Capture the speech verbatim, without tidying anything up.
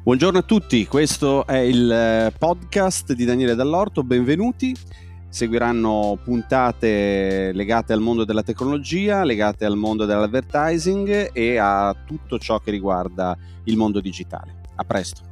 Buongiorno a tutti, questo è il podcast di Daniele Dall'Orto, benvenuti. Seguiranno puntate legate al mondo della tecnologia, legate al mondo dell'advertising e a tutto ciò che riguarda il mondo digitale. A presto.